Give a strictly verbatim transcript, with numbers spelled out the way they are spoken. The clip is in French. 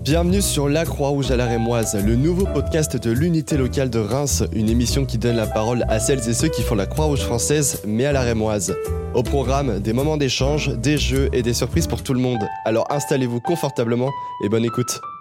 Bienvenue sur La Croix-Rouge à la Rémoise, le nouveau podcast de l'unité locale de Reims, une émission qui donne la parole à celles et ceux qui font la Croix-Rouge française, mais à la Rémoise. Au programme, des moments d'échange, des jeux et des surprises pour tout le monde. Alors installez-vous confortablement et bonne écoute.